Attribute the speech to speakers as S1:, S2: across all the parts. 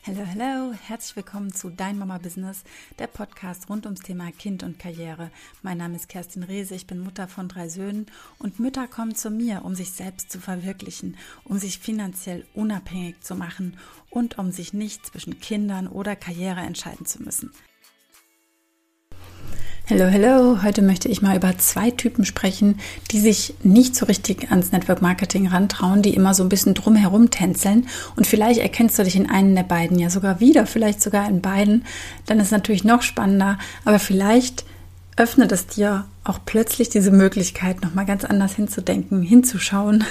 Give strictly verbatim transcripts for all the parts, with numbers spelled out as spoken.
S1: Hallo, hallo, herzlich willkommen zu Dein Mama Business, der Podcast rund ums Thema Kind und Karriere. Mein Name ist Kerstin Rehse, ich bin Mutter von drei Söhnen und Mütter kommen zu mir, um sich selbst zu verwirklichen, um sich finanziell unabhängig zu machen und um sich nicht zwischen Kindern oder Karriere entscheiden zu müssen. Hallo, hallo, heute möchte ich mal über zwei Typen sprechen, die sich nicht so richtig ans Network Marketing rantrauen, die immer so ein bisschen drumherum tänzeln und vielleicht erkennst du dich in einen der beiden ja sogar wieder, vielleicht sogar in beiden, dann ist es natürlich noch spannender, aber vielleicht öffnet es dir auch plötzlich diese Möglichkeit, nochmal ganz anders hinzudenken, hinzuschauen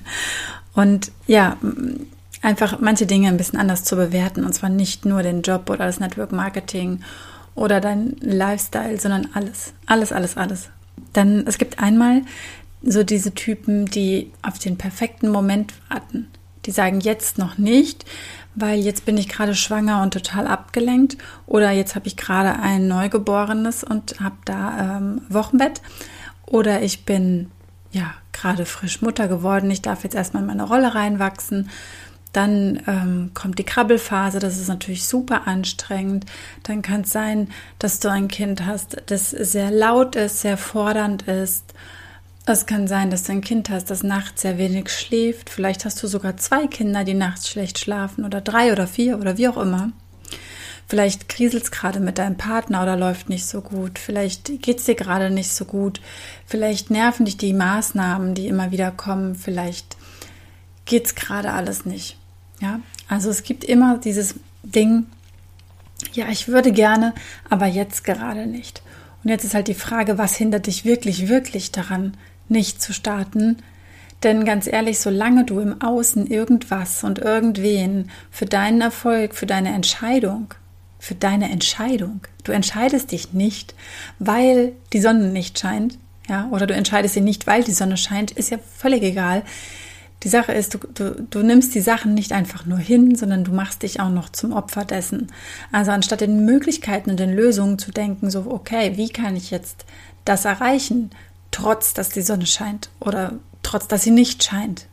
S1: und ja, einfach manche Dinge ein bisschen anders zu bewerten und zwar nicht nur den Job oder das Network Marketing oder dein Lifestyle, sondern alles, alles, alles, alles. Denn es gibt einmal so diese Typen, die auf den perfekten Moment warten. Die sagen jetzt noch nicht, weil jetzt bin ich gerade schwanger und total abgelenkt oder jetzt habe ich gerade ein Neugeborenes und habe da ähm, Wochenbett oder ich bin ja gerade frisch Mutter geworden, ich darf jetzt erstmal in meine Rolle reinwachsen. Dann ähm, kommt die Krabbelphase, das ist natürlich super anstrengend. Dann kann es sein, dass du ein Kind hast, das sehr laut ist, sehr fordernd ist. Es kann sein, dass du ein Kind hast, das nachts sehr wenig schläft. Vielleicht hast du sogar zwei Kinder, die nachts schlecht schlafen oder drei oder vier oder wie auch immer. Vielleicht kriselt es gerade mit deinem Partner oder läuft nicht so gut. Vielleicht geht es dir gerade nicht so gut. Vielleicht nerven dich die Maßnahmen, die immer wieder kommen. Vielleicht geht es gerade alles nicht. Ja, also es gibt immer dieses Ding, ja, ich würde gerne, aber jetzt gerade nicht. Und jetzt ist halt die Frage, was hindert dich wirklich, wirklich daran, nicht zu starten? Denn ganz ehrlich, solange du im Außen irgendwas und irgendwen für deinen Erfolg, für deine Entscheidung, für deine Entscheidung, du entscheidest dich nicht, weil die Sonne nicht scheint, ja, oder du entscheidest dich nicht, weil die Sonne scheint, ist ja völlig egal. Die Sache ist, du, du, du nimmst die Sachen nicht einfach nur hin, sondern du machst dich auch noch zum Opfer dessen. Also anstatt den Möglichkeiten und den Lösungen zu denken, so okay, wie kann ich jetzt das erreichen, trotz dass die Sonne scheint oder trotz dass sie nicht scheint,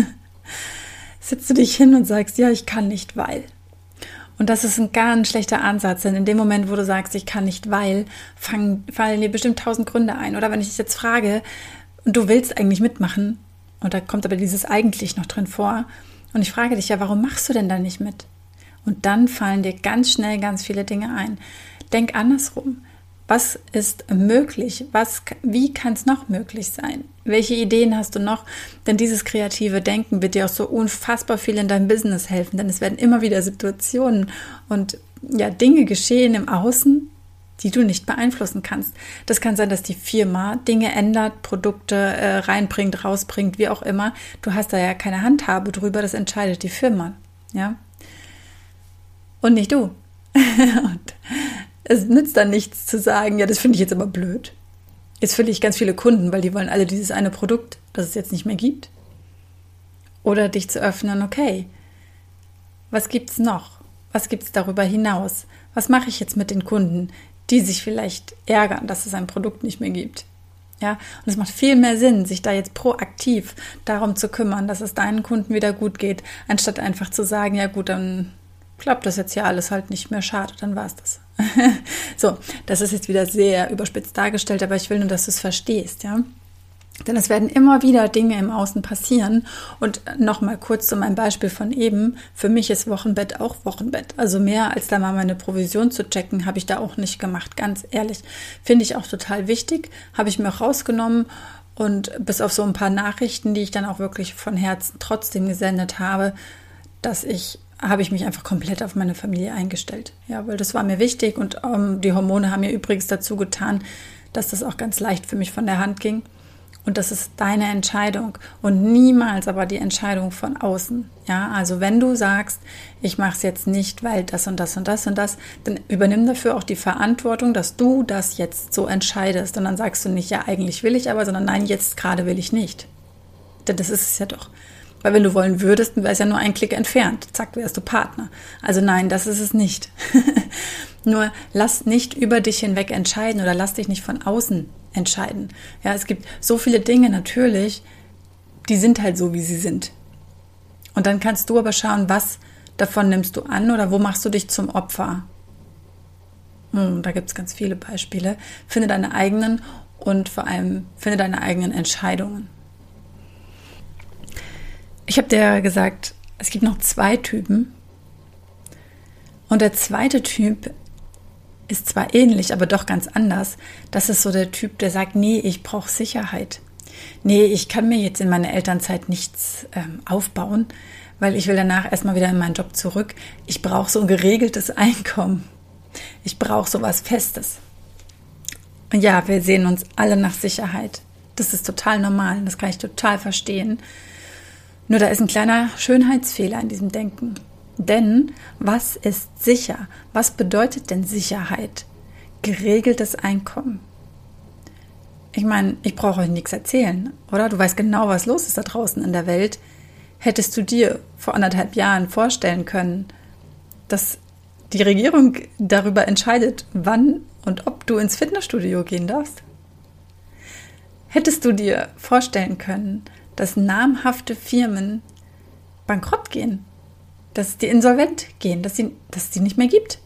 S1: sitzt du dich hin und sagst, ja, ich kann nicht, weil. Und das ist ein ganz schlechter Ansatz, denn in dem Moment, wo du sagst, ich kann nicht, weil, fangen, fallen dir bestimmt tausend Gründe ein. Oder wenn ich dich jetzt frage, und du willst eigentlich mitmachen, und da kommt aber dieses eigentlich noch drin vor. Und ich frage dich ja, warum machst du denn da nicht mit? Und dann fallen dir ganz schnell ganz viele Dinge ein. Denk andersrum. Was ist möglich? Was, wie kann es noch möglich sein? Welche Ideen hast du noch? Denn dieses kreative Denken wird dir auch so unfassbar viel in deinem Business helfen. Denn es werden immer wieder Situationen und ja, Dinge geschehen im Außen, die du nicht beeinflussen kannst. Das kann sein, dass die Firma Dinge ändert, Produkte äh, reinbringt, rausbringt, wie auch immer. Du hast da ja keine Handhabe drüber, das entscheidet die Firma, ja. Und nicht du. Und es nützt dann nichts zu sagen, ja, das finde ich jetzt aber blöd. Jetzt finde ich ganz viele Kunden, weil die wollen alle dieses eine Produkt, das es jetzt nicht mehr gibt. Oder dich zu öffnen, okay, was gibt's noch? Was gibt's darüber hinaus? Was mache ich jetzt mit den Kunden, die sich vielleicht ärgern, dass es ein Produkt nicht mehr gibt. Ja, und es macht viel mehr Sinn, sich da jetzt proaktiv darum zu kümmern, dass es deinen Kunden wieder gut geht, anstatt einfach zu sagen, ja gut, dann klappt das jetzt ja alles halt nicht mehr, schade, dann war es das. So, das ist jetzt wieder sehr überspitzt dargestellt, aber ich will nur, dass du es verstehst, ja. Denn es werden immer wieder Dinge im Außen passieren. Und nochmal kurz zu meinem Beispiel von eben. Für mich ist Wochenbett auch Wochenbett. Also mehr als da mal meine Provision zu checken, habe ich da auch nicht gemacht. Ganz ehrlich. Finde ich auch total wichtig. Habe ich mir auch rausgenommen. Und bis auf so ein paar Nachrichten, die ich dann auch wirklich von Herzen trotzdem gesendet habe, dass ich, habe ich mich einfach komplett auf meine Familie eingestellt. Ja, weil das war mir wichtig. Und ähm, die Hormone haben mir übrigens dazu getan, dass das auch ganz leicht für mich von der Hand ging. Und das ist deine Entscheidung und niemals aber die Entscheidung von außen. Ja, also wenn du sagst, ich mache es jetzt nicht, weil das und das und das und das, dann übernimm dafür auch die Verantwortung, dass du das jetzt so entscheidest. Und dann sagst du nicht, ja, eigentlich will ich aber, sondern nein, jetzt gerade will ich nicht. Denn das ist es ja doch. Weil wenn du wollen würdest, dann wäre es ja nur ein Klick entfernt. Zack, wärst du Partner. Also nein, das ist es nicht. Nur lass nicht über dich hinweg entscheiden oder lass dich nicht von außen entscheiden. Ja, es gibt so viele Dinge natürlich, die sind halt so, wie sie sind. Und dann kannst du aber schauen, was davon nimmst du an oder wo machst du dich zum Opfer? Hm, da gibt es ganz viele Beispiele. Finde deine eigenen und vor allem finde deine eigenen Entscheidungen. Ich habe dir gesagt, es gibt noch zwei Typen. Und der zweite Typ ist zwar ähnlich, aber doch ganz anders. Das ist so der Typ, der sagt, nee, ich brauche Sicherheit. Nee, ich kann mir jetzt in meiner Elternzeit nichts ähm, aufbauen, weil ich will danach erstmal wieder in meinen Job zurück. Ich brauche so ein geregeltes Einkommen. Ich brauche sowas Festes. Und ja, wir sehen uns alle nach Sicherheit. Das ist total normal, das kann ich total verstehen. Nur da ist ein kleiner Schönheitsfehler in diesem Denken. Denn was ist sicher? Was bedeutet denn Sicherheit? Geregeltes Einkommen. Ich meine, ich brauche euch nichts erzählen, oder? Du weißt genau, was los ist da draußen in der Welt. Hättest du dir vor anderthalb Jahren vorstellen können, dass die Regierung darüber entscheidet, wann und ob du ins Fitnessstudio gehen darfst? Hättest du dir vorstellen können, dass namhafte Firmen bankrott gehen, dass die insolvent gehen, dass die, dass es die nicht mehr gibt?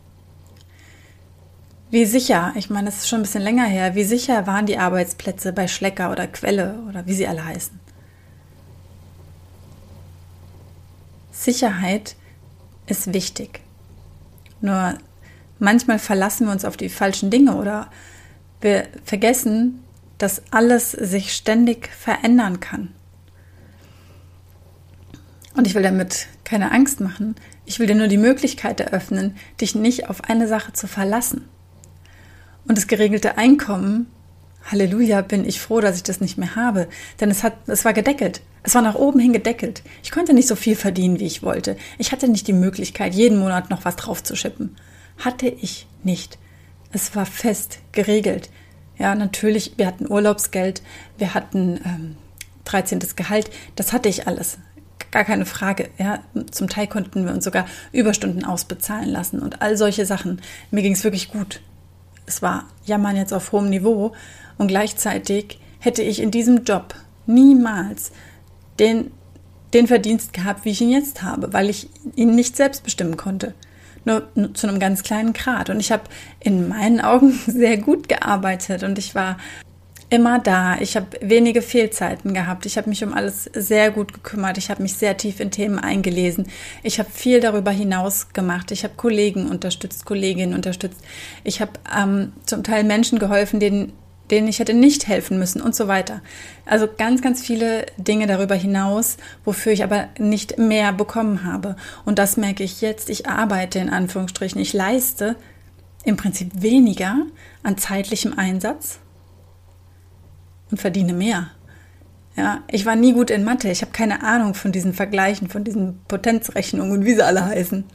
S1: Wie sicher, ich meine, das ist schon ein bisschen länger her, wie sicher waren die Arbeitsplätze bei Schlecker oder Quelle oder wie sie alle heißen? Sicherheit ist wichtig. Nur manchmal verlassen wir uns auf die falschen Dinge oder wir vergessen, dass alles sich ständig verändern kann. Und ich will damit keine Angst machen. Ich will dir nur die Möglichkeit eröffnen, dich nicht auf eine Sache zu verlassen. Und das geregelte Einkommen, Halleluja, bin ich froh, dass ich das nicht mehr habe. Denn es hat, es war gedeckelt. Es war nach oben hin gedeckelt. Ich konnte nicht so viel verdienen, wie ich wollte. Ich hatte nicht die Möglichkeit, jeden Monat noch was drauf zu schippen. Hatte ich nicht. Es war fest geregelt. Ja, natürlich, wir hatten Urlaubsgeld, wir hatten ähm, dreizehntes Gehalt, das hatte ich alles. Gar keine Frage. Ja, zum Teil konnten wir uns sogar Überstunden ausbezahlen lassen und all solche Sachen. Mir ging es wirklich gut. Es war Jammern jetzt auf hohem Niveau und gleichzeitig hätte ich in diesem Job niemals den, den Verdienst gehabt, wie ich ihn jetzt habe, weil ich ihn nicht selbst bestimmen konnte. Nur, nur zu einem ganz kleinen Grad. Und ich habe in meinen Augen sehr gut gearbeitet und ich war immer da. Ich habe wenige Fehlzeiten gehabt. Ich habe mich um alles sehr gut gekümmert. Ich habe mich sehr tief in Themen eingelesen. Ich habe viel darüber hinaus gemacht. Ich habe Kollegen unterstützt, Kolleginnen unterstützt. Ich habe ähm, zum Teil Menschen geholfen, denen, denen ich hätte nicht helfen müssen und so weiter. Also ganz, ganz viele Dinge darüber hinaus, wofür ich aber nicht mehr bekommen habe. Und das merke ich jetzt. Ich arbeite in Anführungsstrichen. Ich leiste im Prinzip weniger an zeitlichem Einsatz und verdiene mehr. Ja, ich war nie gut in Mathe. Ich habe keine Ahnung von diesen Vergleichen, von diesen Potenzrechnungen und wie sie alle heißen.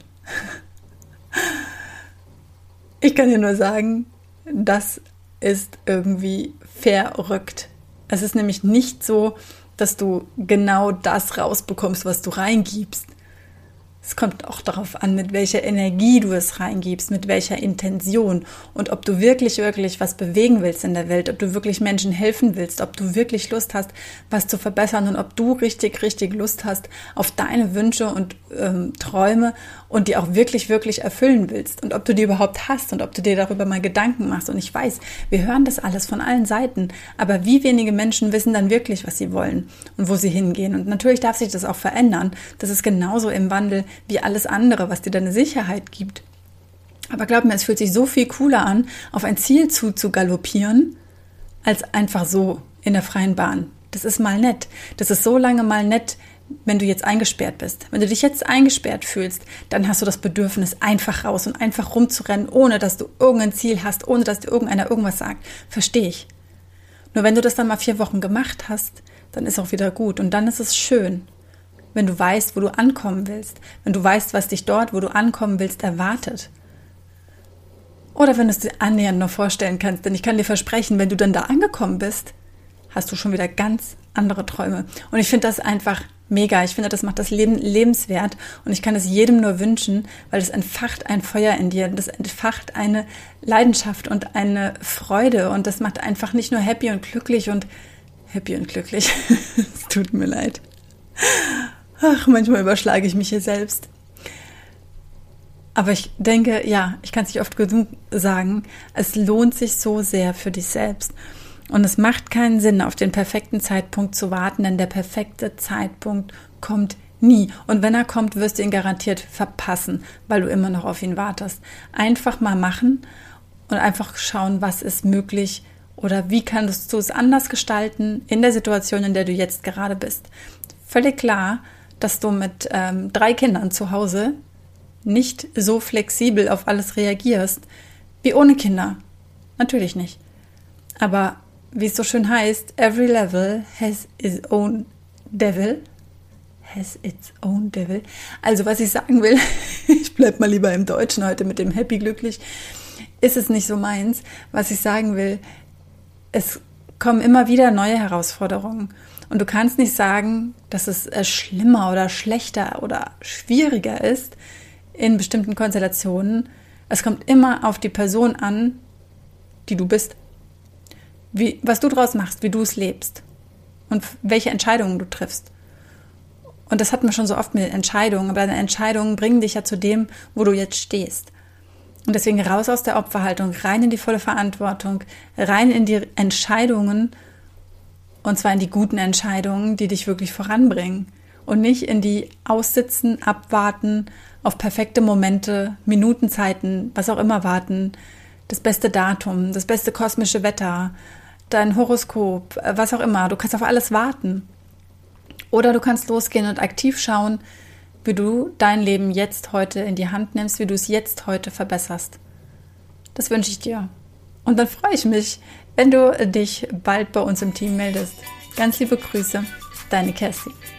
S1: Ich kann dir nur sagen, das ist irgendwie verrückt. Es ist nämlich nicht so, dass du genau das rausbekommst, was du reingibst. Es kommt auch darauf an, mit welcher Energie du es reingibst, mit welcher Intention und ob du wirklich, wirklich was bewegen willst in der Welt, ob du wirklich Menschen helfen willst, ob du wirklich Lust hast, was zu verbessern und ob du richtig, richtig Lust hast auf deine Wünsche und ähm, Träume und die auch wirklich, wirklich erfüllen willst und ob du die überhaupt hast und ob du dir darüber mal Gedanken machst. Und ich weiß, wir hören das alles von allen Seiten, aber wie wenige Menschen wissen dann wirklich, was sie wollen und wo sie hingehen. Und natürlich darf sich das auch verändern. Das ist genauso im Wandel wie alles andere, was dir deine Sicherheit gibt. Aber glaub mir, es fühlt sich so viel cooler an, auf ein Ziel zu, zu galoppieren, als einfach so in der freien Bahn. Das ist mal nett. Das ist so lange mal nett, wenn du jetzt eingesperrt bist. Wenn du dich jetzt eingesperrt fühlst, dann hast du das Bedürfnis, einfach raus und einfach rumzurennen, ohne dass du irgendein Ziel hast, ohne dass dir irgendeiner irgendwas sagt. Verstehe ich. Nur wenn du das dann mal vier Wochen gemacht hast, dann ist auch wieder gut. Und dann ist es schön, wenn du weißt, wo du ankommen willst. Wenn du weißt, was dich dort, wo du ankommen willst, erwartet. Oder wenn du es dir annähernd noch vorstellen kannst. Denn ich kann dir versprechen, wenn du dann da angekommen bist, hast du schon wieder ganz andere Träume. Und ich finde das einfach mega. Ich finde, das macht das Leben lebenswert. Und ich kann es jedem nur wünschen, weil es entfacht ein Feuer in dir. Das entfacht eine Leidenschaft und eine Freude. Und das macht einfach nicht nur happy und glücklich und happy und glücklich. Es tut mir leid. Ach, manchmal überschlage ich mich hier selbst. Aber ich denke, ja, ich kann es nicht oft genug sagen, es lohnt sich so sehr für dich selbst. Und es macht keinen Sinn, auf den perfekten Zeitpunkt zu warten, denn der perfekte Zeitpunkt kommt nie. Und wenn er kommt, wirst du ihn garantiert verpassen, weil du immer noch auf ihn wartest. Einfach mal machen und einfach schauen, was ist möglich oder wie kannst du es anders gestalten in der Situation, in der du jetzt gerade bist. Völlig klar, dass du mit ähm, drei Kindern zu Hause nicht so flexibel auf alles reagierst wie ohne Kinder. Natürlich nicht. Aber wie es so schön heißt, every level has its own devil. Has its own devil. Also was ich sagen will, ich bleib mal lieber im Deutschen heute mit dem Happy glücklich, ist es nicht so meins. Was ich sagen will, es kommen immer wieder neue Herausforderungen. Und du kannst nicht sagen, dass es schlimmer oder schlechter oder schwieriger ist in bestimmten Konstellationen. Es kommt immer auf die Person an, die du bist. Wie, was du draus machst, wie du es lebst und welche Entscheidungen du triffst. Und das hatten wir schon so oft mit Entscheidungen, aber deine Entscheidungen bringen dich ja zu dem, wo du jetzt stehst. Und deswegen raus aus der Opferhaltung, rein in die volle Verantwortung, rein in die Entscheidungen, und zwar in die guten Entscheidungen, die dich wirklich voranbringen und nicht in die Aussitzen, Abwarten, auf perfekte Momente, Minutenzeiten, was auch immer warten, das beste Datum, das beste kosmische Wetter, dein Horoskop, was auch immer. Du kannst auf alles warten. Oder du kannst losgehen und aktiv schauen, wie du dein Leben jetzt heute in die Hand nimmst, wie du es jetzt heute verbesserst. Das wünsche ich dir. Und dann freue ich mich, wenn du dich bald bei uns im Team meldest. Ganz liebe Grüße, deine Kerstin.